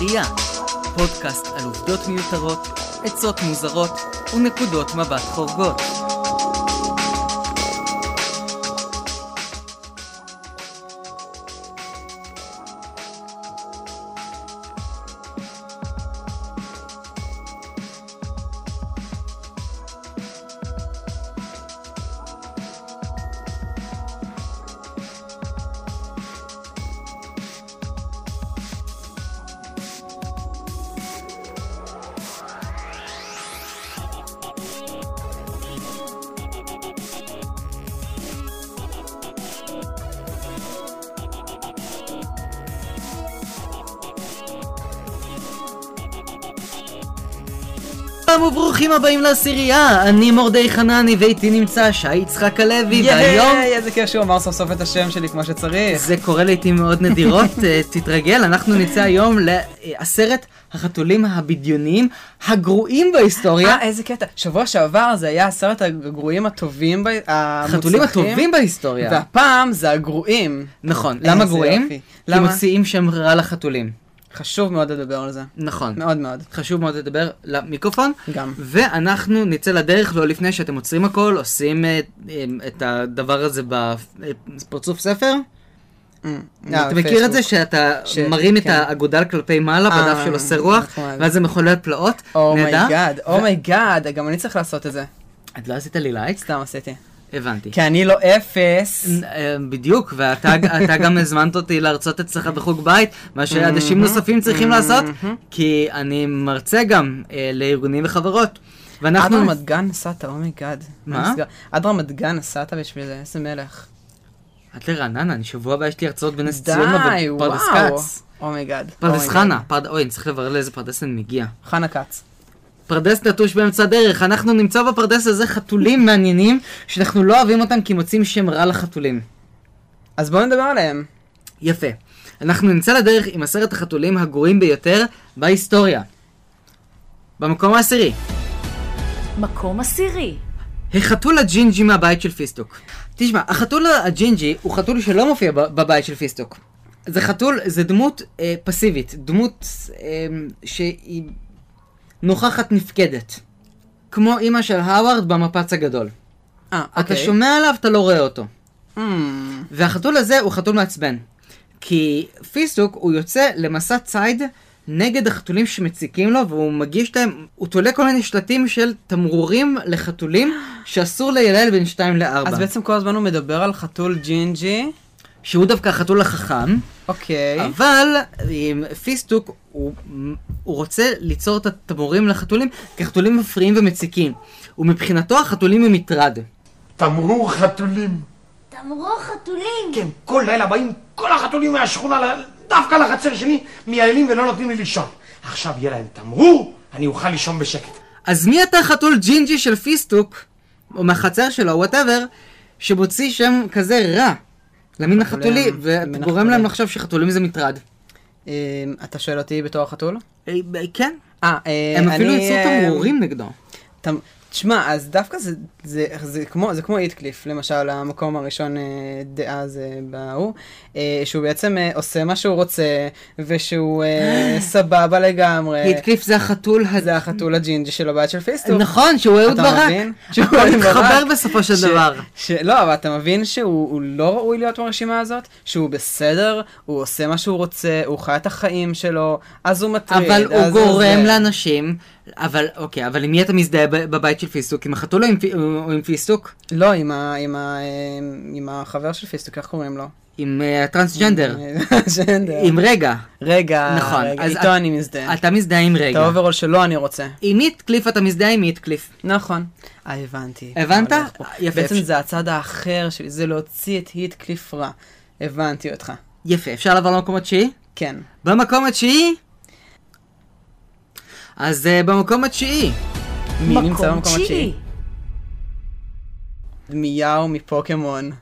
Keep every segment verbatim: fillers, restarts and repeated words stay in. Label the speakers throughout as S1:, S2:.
S1: לעשירייה, פודקאסט על עובדות מיותרות, עצות מוזרות ונקודות מבט חורגות. וברוכים הבאים לעשירייה, אני מורדי חנני ואיתי נמצא שי יצחק הלוי, והיום...
S2: איזה כיף שהוא אמר סוף סוף את השם שלי כמו שצריך.
S1: זה קורה לעיתים מאוד נדירות, תתרגל, אנחנו נצא היום לעשרת החתולים הבדיוניים הגרועים בהיסטוריה.
S2: אה, איזה קטע. שבוע שעבר זה היה עשרת הגרועים הטובים,
S1: החתולים הטובים בהיסטוריה.
S2: והפעם זה הגרועים.
S1: נכון, למה גרועים? כי מוציאים שם רע לחתולים.
S2: חשוב מאוד לדבר על זה.
S1: נכון.
S2: מאוד מאוד.
S1: חשוב מאוד לדבר למיקרופון.
S2: גם.
S1: ואנחנו נצא לדרך, לא לפני שאתם עוצרים הכל, עושים את הדבר הזה בפרצוף ספר. אתה מכיר את זה שאתה מרים את האגודל כלפי מעלה בדף של עושה רוח, ואז זה מחולל פלאות.
S2: אומייגאד, אומייגאד, גם אני צריך לעשות את זה.
S1: את לא עשית לי לייק?
S2: סתם עשיתי.
S1: הבנתי.
S2: כי אני לא אפס.
S1: בדיוק, ואתה גם הזמנת אותי להרצות אצלך בחוג בית, מה שאנשים נוספים צריכים לעשות, כי אני מרצה גם לארגונים וחברות.
S2: עד רמת גן נסעת, אומייגאד.
S1: מה?
S2: עד רמת גן נסעת בשביל זה, איזה מלך.
S1: את לרעננה, אני שבוע הבא יש לי הרצאות בנס ציונה בפרדס קץ.
S2: אומייגאד.
S1: פרדס חנה, אוי, אני צריך לברר לאיזה פרדס אני מגיע.
S2: חנה קץ.
S1: פרדס נטוש באמצע דרך, אנחנו נמצא בפרדס הזה חתולים מעניינים, שאנחנו לא אוהבים אותם כי מוצאים שם רע לחתולים.
S2: אז בואו נדבר עליהם.
S1: יפה. אנחנו נמצא לדרך עם עשרת החתולים הגרועים ביותר בהיסטוריה. במקום העשירי.
S3: מקום עשירי.
S1: החתול הג'ינג'י מהבית של פיסטוק. תשמע, החתול הג'ינג'י הוא חתול שלא מופיע בבית של פיסטוק. זה חתול, זה דמות אה, פסיבית, דמות אה, שהיא... נוכחת נפקדת. כמו אמא של האוורד במפץ הגדול.
S2: אה,
S1: אתה
S2: אוקיי.
S1: שומע עליו, אתה לא רואה אותו.
S2: Mm.
S1: והחתול הזה הוא חתול מעצבן. כי פיסטוק הוא יוצא למסע ציד נגד החתולים שמציקים לו, והוא מגיש להם, הוא תולה כל מיני שלטים של תמרורים לחתולים שאסור לילד בין שתיים לארבע.
S2: אז בעצם כל הזמן הוא מדבר על חתול ג'ינג'י.
S1: שהוא דווקא החתול החכם.
S2: אוקיי.
S1: אבל עם פיסטוק הוא, הוא רוצה ליצור את התמורים לחתולים כחתולים מפריעים ומציקים. ומבחינתו החתולים הם מטרד.
S4: תמרור חתולים.
S3: תמרור חתולים?
S4: כן, כל לילה באים כל החתולים מהשכונה דווקא לחצר שלי, מיילים ולא נותנים לי לישון. עכשיו יהיה להם תמרור, אני אוכל לישון בשקט.
S1: אז מי אתה חתול ג'ינג'י של פיסטוק, או מהחצר שלו, whatever, שמוציא שם כזה רע למין החתולי, וגורם להם לחשוב שחתולים זה מטרד?
S2: אתה שואל אותי בתור החתול?
S1: כן.
S2: הם
S1: אפילו יצאו תמרורים נגדו.
S2: תשמע, אז דווקא זה, זה, זה כמו, זה כמו איטקליף, למשל, המקום הראשון דאז בהוא, שהוא בעצם עושה מה שהוא רוצה, ושהוא סבבה לגמרי.
S1: איטקליף זה החתול,
S2: זה החתול הג'ינג'י של הבית של פיסטוק.
S1: נכון, שהוא אהוד ברק. שהוא מתחבר בסופו של דבר.
S2: לא, אבל אתה מבין שהוא לא ראוי להיות ברשימה הזאת, שהוא בסדר, הוא עושה מה שהוא רוצה, הוא חי את החיים שלו, אז הוא מטריד.
S1: אבל הוא גורם לאנשים... אבל, אוקיי, אבל עם מי אתה מזדהה בבית של פיסטוק? עם החתול או עם פיסטוק?
S2: לא, עם, ה, עם, ה, עם החבר של פיסטוק, איך קוראים לו?
S1: עם הטרנסג'נדר.
S2: טרנסג'נדר.
S1: עם רגע.
S2: רגע,
S1: נכון.
S2: רגע. איתו אני מזדהה.
S1: אתה מזדהה עם רגע.
S2: את האוברול שלו אני רוצה.
S1: עם איטקליף אתה מזדהה עם איטקליף.
S2: נכון. אה, הבנתי.
S1: הבנת?
S2: יפה. בעצם זה הצד האחר שלי, זה להוציא את איטקליף רע. הבנתי אותך.
S1: יפה, אפשר לעבור למקום התשיעי?
S2: כן.
S1: במקום התשיעי? אז uh, במקום התשיעי.
S2: מי נמצא במקום התשיעי? מיהו מפוקמון.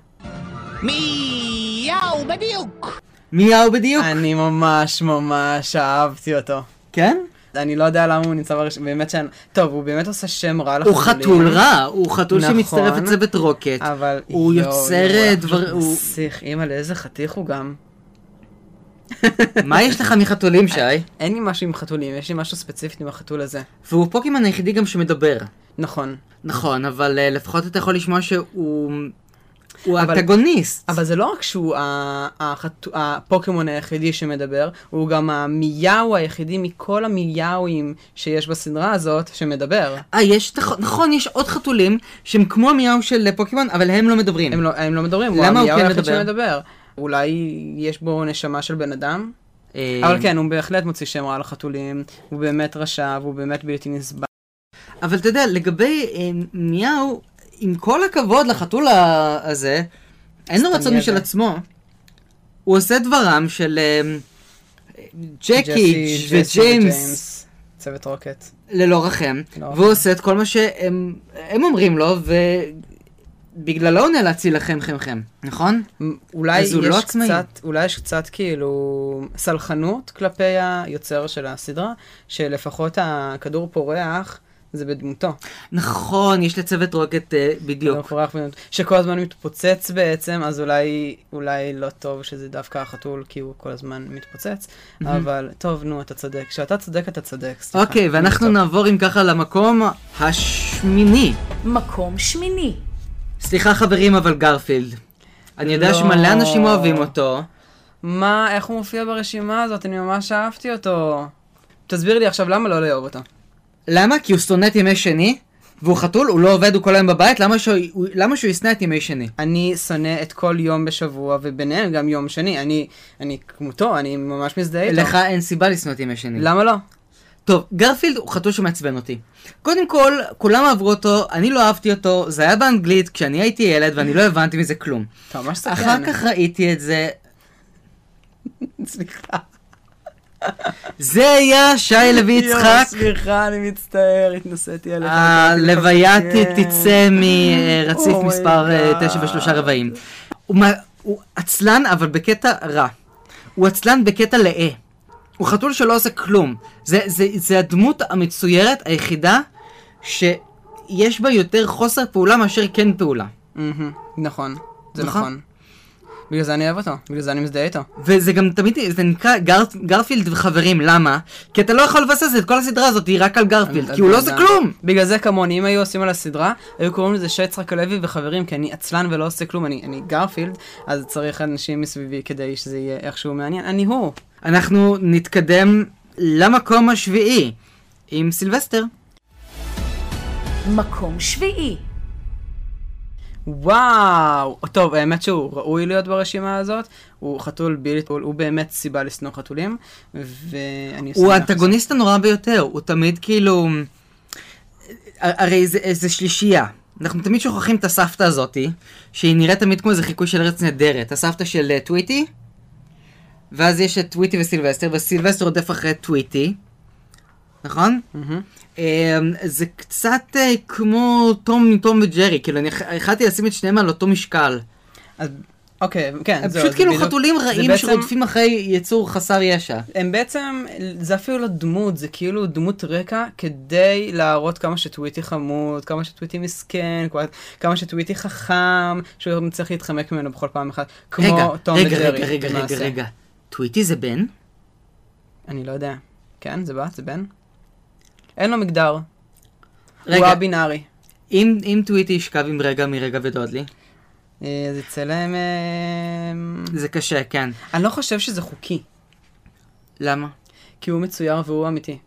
S5: מיהו בדיוק.
S1: מיהו בדיוק.
S2: אני ממש ממש אהבתי אותו.
S1: כן?
S2: אני לא יודע למה הוא נמצא בראשון, באמת שאני... טוב, הוא באמת עושה שם רע לחתולים.
S1: הוא חתול רע, הוא חתול שמצטרף לצוות רוקט.
S2: אבל...
S1: הוא יוצר דבר...
S2: מסיך, אימא לאיזה חתיך הוא גם.
S1: מה יש לך מחתולים, שי?
S2: אין לי משהו עם חתולים, יש לי משהו ספציפי עם החתול הזה.
S1: והוא פוקימון היחידי גם שמדבר.
S2: נכון.
S1: נכון, אבל uh, לפחות אתה יכול לשמוע שהוא... הוא
S2: אבל-
S1: האנטגוניסט.
S2: אבל זה לא רק שהוא ה- החת- הפוקימון היחידי שמדבר, הוא גם המיהו היחידי מכל המיהואים שיש בסדרה הזאת שמדבר.
S1: אה, יש, נכון, יש עוד חתולים שהם כמו המיהו של פוקימון, אבל הם לא מדברים.
S2: הם לא, הם לא מדברים, הוא
S1: למה הוא
S2: המיהו
S1: כן
S2: היחיד
S1: מדבר?
S2: שמדבר. אולי יש בו נשמה של בן אדם?
S1: אה,
S2: אבל כן, הוא בהחלט מוציא שם רע לחתולים, הוא באמת רשע, והוא באמת בלתי נסבל.
S1: אבל אתה יודע, לגבי אה, מיהו, עם כל הכבוד לחתול ה- הזה, אין לו
S2: סתם
S1: רצון
S2: ידע.
S1: משל עצמו. הוא עושה דברם של אה, ג'קי
S2: ג'סי
S1: וג'יימס
S2: צוות רוקט.
S1: ללא רחם,
S2: לא
S1: והוא עושה את כל מה שהם הם אומרים לו, ובגללו הוא נאלץ להילחם חמכם, נכון?
S2: אולי
S1: אז הוא
S2: יש
S1: לא עצמאי.
S2: קצת, אולי יש קצת כאילו סלחנות כלפי היוצר של הסדרה, שלפחות הכדור פורח זה בדמותו.
S1: נכון, יש לצוות רוקט אה,
S2: כדור
S1: בדיוק.
S2: פורח בדמותו, שכל הזמן מתפוצץ בעצם, אז אולי, אולי לא טוב שזה דווקא החתול, כי הוא כל הזמן מתפוצץ, אבל טוב, נו, אתה צודק. כשאתה צודק, אתה צודק. סליחה.
S1: אוקיי, ואנחנו
S2: טוב.
S1: נעבור אם ככה למקום השמיני.
S3: מקום שמיני.
S1: סליחה חברים, אבל גרפילד. אני יודע
S2: לא.
S1: שמלא אנשים אוהבים אותו.
S2: מה, איך הוא מופיע ברשימה הזאת? אני ממש אהבתי אותו. תסביר לי עכשיו למה לא לאהוב אותו.
S1: למה? כי הוא שונא את ימי שני, והוא חתול, הוא לא עובד, הוא כל היום בבית, למה שהוא, הוא- למה שהוא ישנא את ימי שני?
S2: אני שונא את כל יום בשבוע, וביניהם גם יום שני. אני, אני כמותו, אני ממש מזדהה איתו.
S1: לך אין סיבה לשנוא את ימי שני.
S2: למה לא?
S1: טוב, גרפילד הוא חתול שמעצבן אותי. קודם כל, כולם אהבו אותו, אני לא אהבתי אותו, זה היה באנגלית כשאני הייתי ילד ואני לא הבנתי מזה כלום.
S2: אתה ממש סכן.
S1: אחר כך ראיתי את זה,
S2: סליחה.
S1: זה היה שי לוי יצחק.
S2: יואו, סליחה, אני מצטער, התנסיתי עליך.
S1: הלוויה
S2: כן.
S1: תצא מרציף
S2: Oh my
S1: מספר אה,
S2: God.
S1: תשע ושלושה רבעים. הוא מה- הוא עצלן אבל בקטע רע. הוא עצלן בקטע לאה. הוא חתול שלא עושה כלום. זה, זה, זה הדמות המצוירת היחידה שיש בה יותר חוסר פעולה מאשר כן פעולה.
S2: מהמם, נכון, זה
S1: נכון.
S2: נכון. בגלל זה אני אוהב אותו, בגלל זה אני מזדהה איתו.
S1: וזה גם תמיד, זה נקרא גר, גרפילד וחברים, למה? כי אתה לא יכול לבסס את כל הסדרה הזאת, היא רק על גרפילד, כי הוא לא עושה כלום!
S2: בגלל זה כמוני, אם היו עושים על הסדרה, היו קוראים לזה שי יצחק הלוי וחברים, כי אני עצלן ולא עושה כלום, אני, אני גרפילד, אז צריך אנשים מסביבי כדי שזה יהיה איכשהו מעניין, אני הוא.
S1: אנחנו נתקדם למקום השביעי עם סילבסטר.
S3: מקום שביעי.
S2: וואו! טוב, האמת שהוא ראוי להיות ברשימה הזאת, הוא חתול בלתי, הוא באמת סיבה לשנוא חתולים, ואני
S1: הוא
S2: שמח
S1: האנטגוניסט הנורא ביותר, הוא תמיד כאילו... הרי זה, זה שלישייה. אנחנו תמיד שוכחים את הסבתא הזאתי, שהיא נראית תמיד כמו איזה חיקוי של ארץ נהדרת. הסבתא של uh, טוויטי, ואז יש את טוויטי וסילבסטר, וסילבסטר רודף אחרי טוויטי, נכון?
S2: מהמם.
S1: Um, זה קצת uh, כמו תום, תום וג'רי, כאילו אני החלטתי לשים את שניהם על אותו משקל.
S2: אז, אוקיי, כן,
S1: הם
S2: זהו,
S1: פשוט
S2: זה
S1: כאילו
S2: בדיוק-
S1: חתולים
S2: זה
S1: רעים
S2: בעצם-
S1: שרודפים אחרי יצור חסר ישע.
S2: הם בעצם, זה אפילו לא דמות, זה כאילו דמות רקע כדי להראות כמה שטוויטי חמוד, כמה שטוויטי מסכן, כמה שטוויטי חכם, שהוא צריך להתחמק ממנו בכל פעם אחת,
S1: רגע,
S2: כמו תום
S1: רגע,
S2: וג'רי.
S1: רגע, רגע, רגע,
S2: למעשה.
S1: רגע. טוויטי זה בן?
S2: אני לא יודע. כן, זה בת, זה בן? אין לו מגדר. הוא
S1: רגע,
S2: הבינארי.
S1: אם, אם טוויטי ישכב עם רגע מרגע ודודלי,
S2: אה, אז יצא להם... אה,
S1: זה קשה, כן.
S2: אני לא חושב שזה חוקי,
S1: למה?
S2: כי הוא מצויר והוא אמיתי.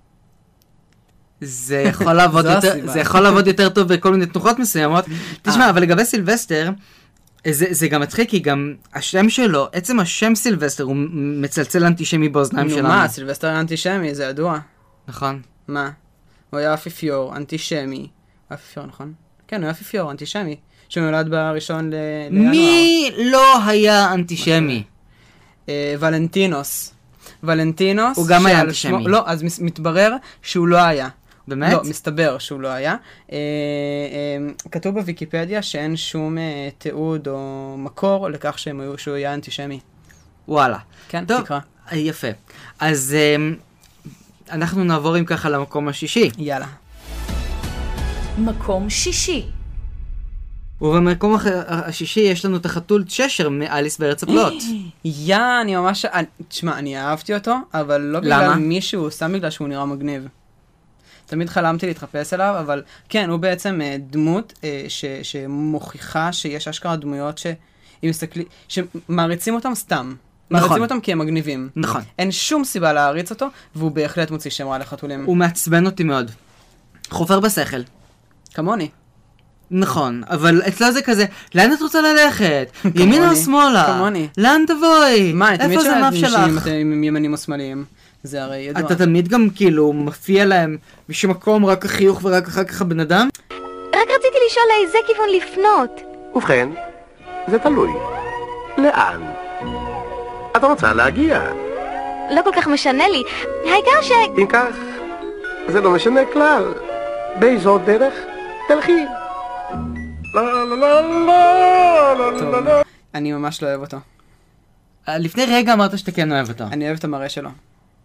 S1: זה יכול לעבוד
S2: זו
S1: יותר,
S2: הסיבה.
S1: זה יכול לעבוד יותר טוב בכל מיני תנוחות מסוימות. תשמע, אבל לגבי סילבסטר, זה, זה גם מצחיק, כי גם השם שלו, עצם השם סילבסטר, הוא מצלצל אנטישמי באוזניים
S2: נו
S1: שלנו.
S2: מה, סילבסטר אנטישמי, זה ידוע.
S1: נכון.
S2: מה? הוא היה אפיפיור, אנטישמי. אפיפיור, נכון? כן, הוא היה אפיפיור, אנטישמי. שנולד בראשון ל... לינואר.
S1: מי לא היה אנטישמי?
S2: אה, ולנטינוס. ולנטינוס...
S1: הוא גם היה
S2: שעל
S1: אנטישמי.
S2: שמו- לא, אז מס- מתברר שהוא לא היה.
S1: באמת?
S2: לא, מסתבר שהוא לא היה. אה, אה, כתוב בוויקיפדיה שאין שום אה, תיעוד או מקור לכך שהם היו- שהוא היה אנטישמי.
S1: וואלה.
S2: כן,
S1: טוב,
S2: תקרא.
S1: אה, יפה. אז אמ, אנחנו נעבור עם ככה למקום השישי.
S2: יאללה.
S3: מקום שישי.
S1: ובמקום הח- השישי יש לנו את החתול צ'שר מאליס בארץ הפלאות.
S2: יא, אני ממש... אני- תשמע, אני אהבתי אותו, אבל לא
S1: למה?
S2: בגלל מישהו, סתם בגלל שהוא נראה מגניב. תמיד חלמתי להתחפש אליו, אבל כן, הוא בעצם אה, דמות אה, ש, שמוכיחה שיש אשכרה דמויות ש... אם מסתכלים, שמעריצים אותם סתם.
S1: נכון.
S2: מעריצים אותם כי הם מגניבים.
S1: נכון.
S2: אין שום סיבה להעריץ אותו, והוא בהחלט מוציא שם רע לחתולים.
S1: הוא מעצבן אותי מאוד. חופר בשכל.
S2: כמוני.
S1: נכון, אבל אצלו זה כזה, לאן את רוצה ללכת? ימינה או שמאלה?
S2: כמוני.
S1: לאן תבואי?
S2: מה, אני תמיד
S1: איפה זה
S2: שואלת
S1: המאף
S2: אנשים אם
S1: שלך?
S2: אתם עם ימנים או שמאליים. זה הרי ידוע.
S1: אתה תמיד גם כאילו מופיע להם משום מקום רק החיוך ורק אחר כך הבן אדם?
S5: רק רציתי לשאול לאיזה כיוון לפנות.
S6: ובכן, זה תלוי. לאן? את רוצה להגיע.
S5: לא כל כך משנה לי. העיקר ש...
S6: אם כך, זה לא משנה כלל. באיזו דרך תלכי. לא, לא, לא, לא, לא,
S2: טוב.
S6: לא, לא.
S2: אני ממש לא אוהב אותו.
S1: לפני רגע אמרת שאתה כן אוהב אותו.
S2: אני אוהב את המראה שלו.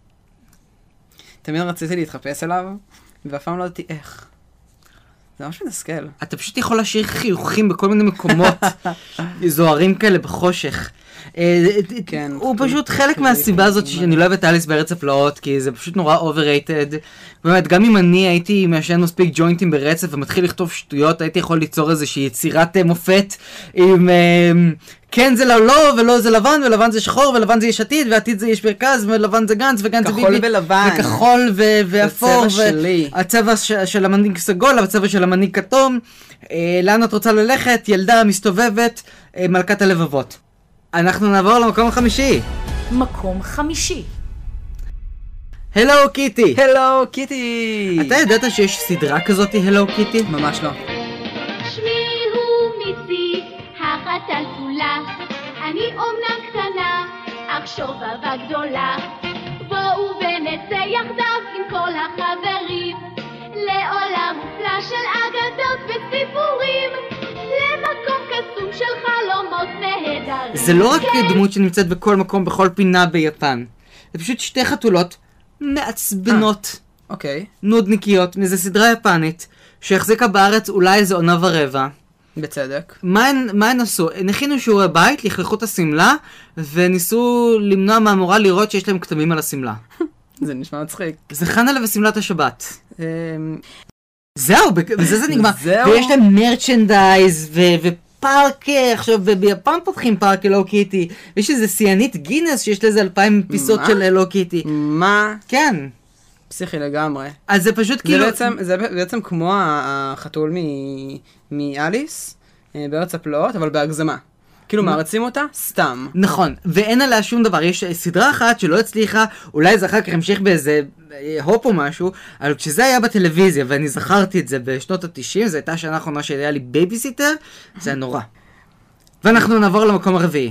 S2: תמיד רציתי להתחפש אליו, ואף פעם לא ידעתי איך. זה ממש מתסכל.
S1: אתה פשוט יכול להשאיר חיוכים בכל מיני מקומות זוהרים כאלה בחושך. אה,
S2: כן.
S1: הוא פשוט חלק מהסיבה הזאת שאני לא אוהב את אליס בארץ הפלאות, כי זה פשוט נורא overrated. באמת, גם אם אני הייתי מעשן מספיק ג'וינטים ברצף ומתחיל לכתוב שטויות, הייתי יכול ליצור איזושהי יצירת אה, מופת עם אה, כן זה לא, לא, ולא זה לבן, ולבן זה שחור, ולבן זה יש עתיד, ועתיד זה יש מרכז, ולבן זה גנץ, וגנץ זה ביבי.
S2: כחול ולבן.
S1: וכחול ו- ואפור.
S2: הצבע שלי.
S1: הצבע ש- של המנהיג סגול, הצבע של המנהיג כתום. אה, לאן את רוצה ללכת? ילדה מסתובבת, אה, מלכת הלבבות. אנחנו נעבור למקום החמישי.
S3: מקום חמישי.
S1: הלו קיטי.
S2: הלו, קיטי!
S1: אתה ידעת שיש סדרה כזאת, הלו קיטי?
S2: ממש לא.
S7: שמי הוא מיצי, החתלתולה. אני אומנם קטנה, אך שובבה גדולה. בואו ונצא יחדיו עם כל החברים, לעולם מופלא של אגדות וסיפורים, למקום קסום של חלומות נהדרים.
S1: זה לא רק
S7: כן.
S1: דמות שנמצאת בכל מקום, בכל פינה ביפן. זה פשוט שתי חתולות מעצבנות,
S2: אוקיי.
S1: נודניקיות, מאיזה סדרה יפנית, שהחזיקה בארץ אולי איזה עונה ורבע.
S2: בצדק.
S1: מה הן, מה הן עשו? הן הכינו שיעורי בית, לכלכו את השמלה, וניסו למנוע מהמורה לראות שיש להם כתמים על השמלה.
S2: זה נשמע מצחיק.
S1: זה חנלה ושמלת השבת.
S2: אמ,
S1: זהו, בק- בזה זה נגמר.
S2: זהו.
S1: ויש להם מרצ'נדייז ו- ופארק, עכשיו ביפן פותחים פארק הלו קיטי. ויש איזה שיאנית גינס שיש לזה אלפיים פיסות
S2: מה?
S1: של הלו קיטי.
S2: מה?
S1: כן.
S2: פסיכי לגמרי.
S1: אז זה פשוט
S2: זה
S1: כאילו...
S2: בעצם, זה בעצם כמו החתול מ- מאליס, אה, בארץ הפלאות, אבל בהגזמה. כאילו מערצים אותה, סתם.
S1: נכון, ואין עליה שום דבר. יש סדרה אחת שלא הצליחה, אולי זה אחר כך המשיך באיזה אה, הופ או משהו, אבל כשזה היה בטלוויזיה, ואני זכרתי את זה בשנות ה-תשעים, זו הייתה השנה האחרונה שהיה לי בייביסיטר, זה היה נורא. ואנחנו נעבור למקום הרביעי.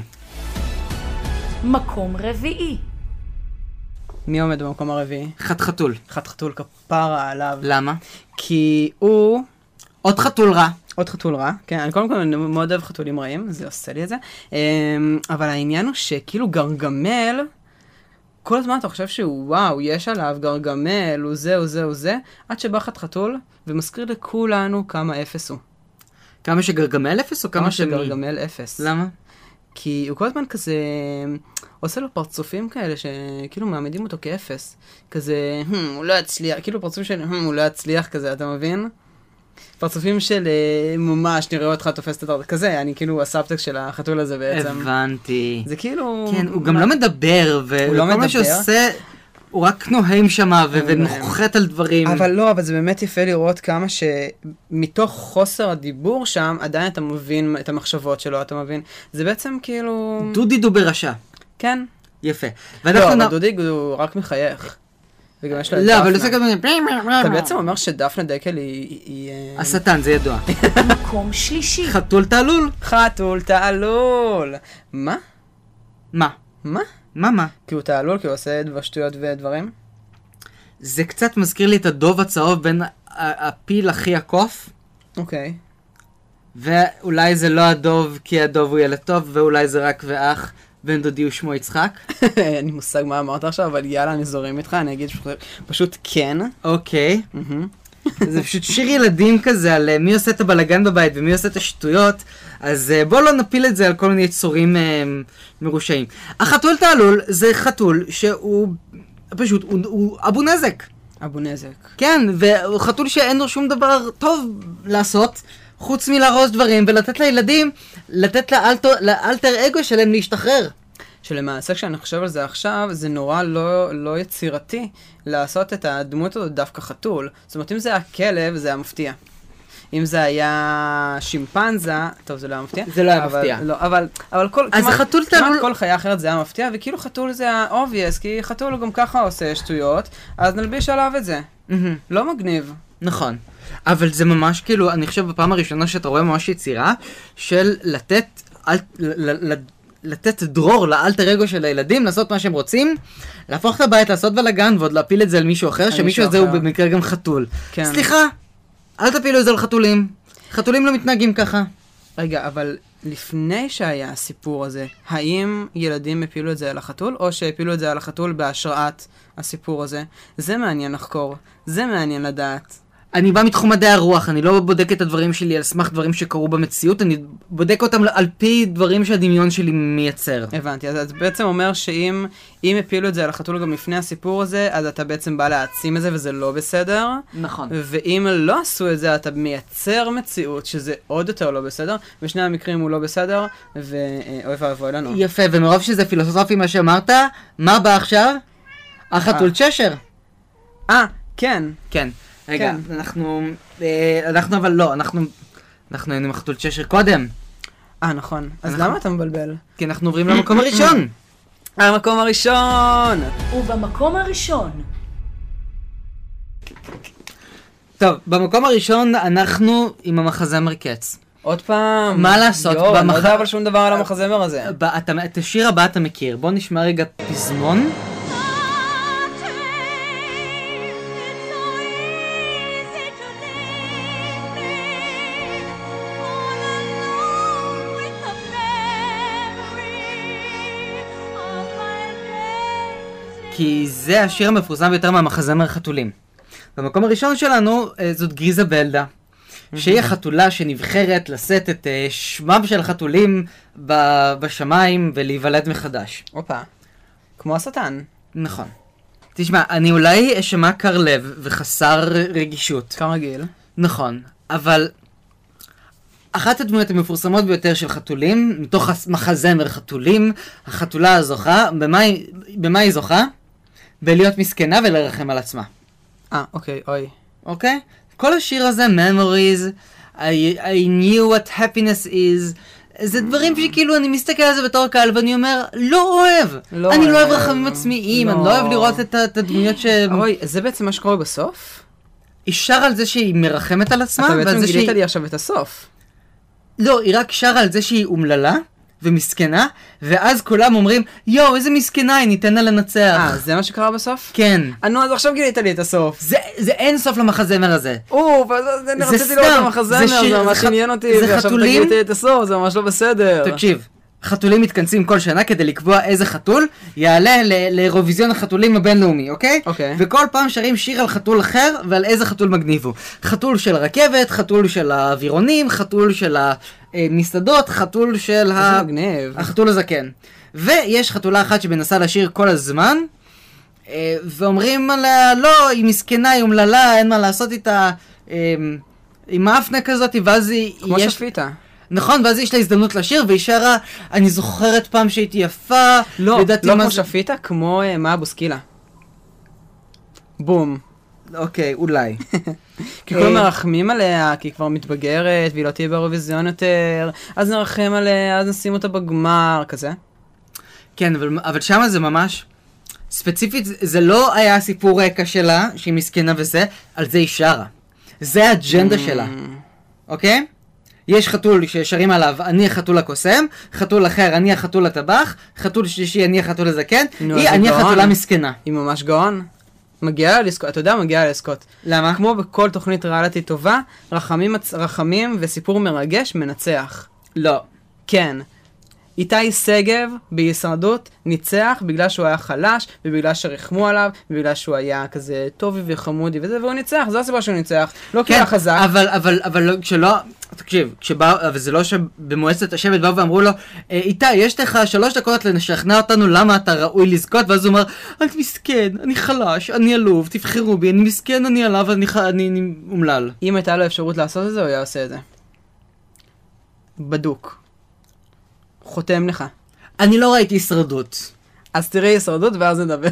S3: מקום רביעי.
S2: מי עומד במקום הרביעי?
S1: חת חתול.
S2: חת חתול כפרה עליו.
S1: למה?
S2: כי הוא...
S1: עוד חתול רע.
S2: עוד חתול רע, כן, אני קודם כל אני מאוד אוהב חתולים רעים, זה עושה לי את זה, אמ, אבל העניין הוא שכאילו גרגמל, כל הזמן אתה חושב שהוא וואו, יש עליו גרגמל, הוא זה, הוא זה, הוא זה, עד שבא חת חתול ומזכיר לכולנו כמה אפס הוא.
S1: כמה שגרגמל אפס או כמה
S2: כמה
S1: שמי?
S2: שגרגמל אפס.
S1: למה?
S2: כי הוא כל הזמן כזה עושה לו פרצופים כאלה שכאילו מעמידים אותו כאפס. כזה, "הם, הוא לא יצליח", כאילו פרצופים של "הם, הוא לא יצליח" כזה, אתה מבין? פרצופים של אה, ממש נראה אותך תופס את הדרך, כזה, אני כאילו הסאבטקסט של החתול הזה בעצם.
S1: הבנתי.
S2: זה כאילו...
S1: כן, הוא גם לא מדבר, וכל
S2: לא
S1: מה
S2: מדבר.
S1: שעושה, הוא רק נוהם שמה ו-
S2: הוא נוהם.
S1: ונוחת על דברים.
S2: אבל לא, אבל זה באמת יפה לראות כמה שמתוך חוסר הדיבור שם, עדיין אתה מבין את המחשבות שלו, אתה מבין? זה בעצם כאילו...
S1: דודי דובר רשע.
S2: כן.
S1: יפה.
S2: לא,
S1: ואנחנו
S2: אבל
S1: נ-
S2: דודיג הוא רק מחייך. וגם יש לו את
S1: לא, אבל
S2: דפנה.
S1: זה גם...
S2: אתה בעצם אומר שדפנה דקל היא... היא, אה,
S1: השטן, זה ידוע.
S3: מקום שלישי.
S1: חתול תעלול.
S2: חתול תעלול. מה?
S1: מה?
S2: מה?
S1: מה מה?
S2: כי הוא תעלול, כי הוא עושה דבשטויות ודברים?
S1: זה קצת מזכיר לי את הדוב הצהוב בין ה- הפיל אחי הקוף,
S2: אוקיי.
S1: ואולי זה לא הדוב כי הדוב הוא ילד טוב, ואולי זה רק ואח, בן דודי הוא שמו יצחק.
S2: אין לי מושג מה אמרת עכשיו, אבל יאללה, אני זורם איתך, אני אגיד פשוט- פשוט כן.
S1: אוקיי.
S2: מהמם.
S1: זה פשוט שיר ילדים כזה על מי עושה את הבלגן בבית ומי עושה את השטויות, אז בואו לא נפיל את זה על כל מיני יצורים מרושעים. החתול תעלול זה חתול שהוא פשוט, הוא, הוא אבו נזק.
S2: אבו נזק.
S1: כן, והוא חתול שאין לו שום דבר טוב לעשות, חוץ מלהרוס דברים ולתת לילדים, לתת לאלטר, לאלטר אגו שלהם להשתחרר.
S2: שלמעשה כשאני חושב על זה עכשיו, זה נורא לא, לא יצירתי לעשות את הדמות הזאת דווקא חתול. זאת אומרת, אם זה היה כלב, זה היה מפתיע. אם זה היה שימפנזה, טוב, זה לא היה מפתיע.
S1: זה לא היה
S2: אבל,
S1: מפתיע.
S2: לא, אבל, אבל כל,
S1: אז
S2: כמעט,
S1: החתול
S2: כמעט
S1: תעלול...
S2: כל חיה אחרת זה היה מפתיע, וכאילו חתול זה היה obvious, כי חתול הוא גם ככה עושה שטויות, אז נלביש עליו את זה. לא מגניב.
S1: נכון. אבל זה ממש כאילו, אני חושב בפעם הראשונה שאתה רואה ממש יצירה, של לתת, אל, ל, ל, לתת דרור לאלטר אגו של הילדים, לעשות מה שהם רוצים, להפוך את הבית, לעשות בלגן, ועוד להפיל את זה על מישהו אחר, שמישהו הזה הוא במקרה גם חתול.
S2: כן.
S1: סליחה, אל תפילו את זה על חתולים. חתולים לא מתנהגים ככה.
S2: רגע, אבל לפני שהיה הסיפור הזה, האם ילדים הפילו את זה על החתול, או שהפילו את זה על החתול בהשראת הסיפור הזה? זה מעניין לחקור, זה מעניין לדעת.
S1: אני בא מתחום מדעי הרוח, אני לא בודק את הדברים שלי על סמך דברים שקרו במציאות, אני בודק אותם על פי דברים שהדמיון שלי מייצר.
S2: הבנתי, אז אתה בעצם אומר שאם אם הפילו את זה על החתול גם לפני הסיפור הזה, אז אתה בעצם בא להעצים את זה וזה לא בסדר.
S1: נכון.
S2: ואם לא עשו את זה, אתה מייצר מציאות שזה עוד יותר לא בסדר, בשני המקרים הוא לא בסדר, ואוי ואבוי לנו.
S1: יפה, ומרוב שזה פילוסופי מה שאמרת, מה בא עכשיו? החתול צ'שר.
S2: אה, כן.
S1: כן. רגע, כן. אנחנו, אה, אנחנו אבל לא, אנחנו, אנחנו היינו עם החתול צ'שר קודם.
S2: אה, נכון. אז
S1: אנחנו...
S2: למה אתה מבלבל?
S1: כי אנחנו עוברים למקום הראשון.
S2: המקום הראשון!
S3: ובמקום הראשון. טוב,
S1: במקום הראשון אנחנו עם המחזמר קץ.
S2: עוד פעם.
S1: מה לעשות?
S2: יו, אני לא יודע אבל שום דבר על המחזמר הזה.
S1: את השיר הבא אתה מכיר. בוא נשמע רגע פזמון. כי זה השיר המפורסם ביותר מהמחזמר חתולים. במקום הראשון שלנו זאת גריזה בלדה, שהיא החתולה שנבחרת לשאת את שמם של החתולים בשמיים ולהיוולד מחדש.
S2: אופה, כמו השטן.
S1: נכון. תשמע, אני אולי אשמע קר לב וחסר רגישות.
S2: כרגיל.
S1: נכון, אבל אחת הדמויות המפורסמות ביותר של חתולים, מתוך מחזמר חתולים, החתולה הזוכה, במה, במה היא זוכה? בלהיות מסכנה ולרחם על עצמה.
S2: אה, אוקיי, אוי.
S1: אוקיי? כל השיר הזה, Memories, I, I knew what happiness is, זה דברים שכאילו אני מסתכל על זה בתור קהל ואני אומר, לא אוהב.
S2: לא
S1: אני
S2: אוהב.
S1: לא אוהב רחמים עצמיים,
S2: לא.
S1: אני לא אוהב לראות את, את הדמויות ש...
S2: אוי, זה בעצם מה שקורה בסוף?
S1: היא שר על זה שהיא מרחמת על עצמה.
S2: אתה בעצם גילית
S1: שהיא...
S2: לי עכשיו את הסוף.
S1: לא, היא רק שרה על זה שהיא אומללה ומסכנה, ואז כולם אומרים, יואו, איזה מסכנה, היא ניתן לה לנצח.
S2: אה, זה מה שקרה בסוף?
S1: כן.
S2: נו, אז עכשיו גילית לי את הסוף.
S1: זה, זה אין סוף למחזמר הזה.
S2: או, אני רציתי לראות את המחזמר, זה ממש עניין אותי, ועכשיו אתה גילית לי את הסוף, זה ממש לא בסדר.
S1: תקשיב, חתולים מתכנסים כל שנה כדי לקבוע איזה חתול יעלה לאירוויזיון החתולים הבינלאומי, אוקיי?
S2: אוקיי.
S1: וכל פעם שרים שיר על חתול אחר ועל איזה חתול מגניב הוא. חתול של הרכבת, חתול של האווירונים, חתול של המסעדות, חתול של ה...
S2: איזה מגניב.
S1: החתול הזקן. ויש חתולה אחת שמנסה לשיר כל הזמן, ואומרים עליה, לא, היא מסכנה, היא אומללה, אין מה לעשות איתה, היא מאפנה כזאת, ואז היא...
S2: כמו שפיטה.
S1: נכון, ואז יש לה הזדמנות לשיר, והיא שרה, אני זוכרת פעם שהייתי יפה,
S2: לא, לא כמו
S1: זה...
S2: שפיטה, כמו uh, מה בוסקילה. בום.
S1: אוקיי, אולי.
S2: כי כולם מרחמים עליה, כי היא כבר מתבגרת, והיא לא תהיה באירוויזיון יותר, אז נרחם עליה, אז נשים אותה בגמר, כזה.
S1: כן, אבל, אבל שמה זה ממש, ספציפית, זה לא היה סיפור רקע שלה, שהיא מסכנה וזה, על זה היא שרה. זה האג'נדה שלה, אוקיי? יש חתול ששרים עליו, אני החתול הקוסם, חתול אחר, אני החתול הטבח, חתול שלישי, אני החתול הזקן, היא, אני החתולה מסכנה.
S2: היא ממש גאון. מגיעה לזכות, אתה יודע, מגיעה לזכות.
S1: למה?
S2: כמו בכל תוכנית ריאליטי טובה, רחמים, רחמים וסיפור מרגש מנצח.
S1: לא.
S2: כן. איתי שגב בהישרדות ניצח בגלל שהוא היה חלש, ובגלל שרחמו עליו, ובגלל שהוא היה כזה טובי וחמודי וזה, והוא ניצח, זו הסיבה שהוא ניצח, לא כי הוא היה חזק.
S1: אבל, אבל, אבל כשלא, תקשיב, כשבא, אבל זה לא שבמועצת השבט באו ואמרו לו, איתי, יש לך שלוש דקות לשכנע אותנו למה אתה ראוי לזכות, ואז הוא אומר, אני מסכן, אני חלש, אני עלוב, תבחרו בי, אני מסכן, אני עליו, אני, אני, אני אומלל.
S2: אם הייתה לו אפשרות לעשות את זה, הוא היה עושה את זה. בדוק. חותם לך.
S1: אני לא ראיתי הישרדות.
S2: אז תראי הישרדות ואז נדבר.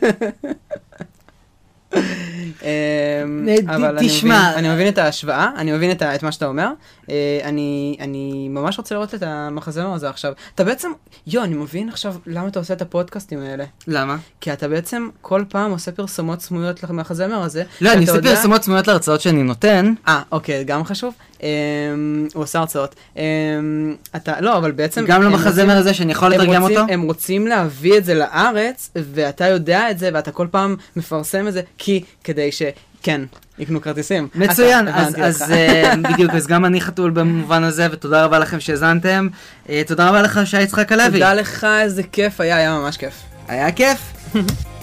S2: אבל אני מבין את ההשוואה, אני מבין את מה שאתה אומר. אני ממש רוצה לראות את המחזמר הזה עכשיו. אתה בעצם, יו, אני מבין עכשיו למה אתה עושה את הפודקאסטים האלה.
S1: למה?
S2: כי אתה בעצם כל פעם עושה פרסומות סמויות למחזמר הזה.
S1: לא, אני עושה פרסומות סמויות להרצאות שאני נותן.
S2: אה, אוקיי, גם חשוב. הוא עושה הרצאות. אתה, לא, אבל בעצם...
S1: גם למחזמר הזה שאני יכול לתרגם אותו?
S2: הם רוצים להביא את זה לארץ, ואתה יודע את זה, ואתה כל פעם מפרסם את זה, כי כדי ש... כן, יקנו כרטיסים.
S1: מצוין, אז בדיוק, אז גם אני חתול במובן הזה, ותודה רבה לכם שהזנתם. תודה רבה לך שי יצחק הלוי.
S2: תודה לך, איזה כיף היה, היה ממש כיף.
S1: היה כיף?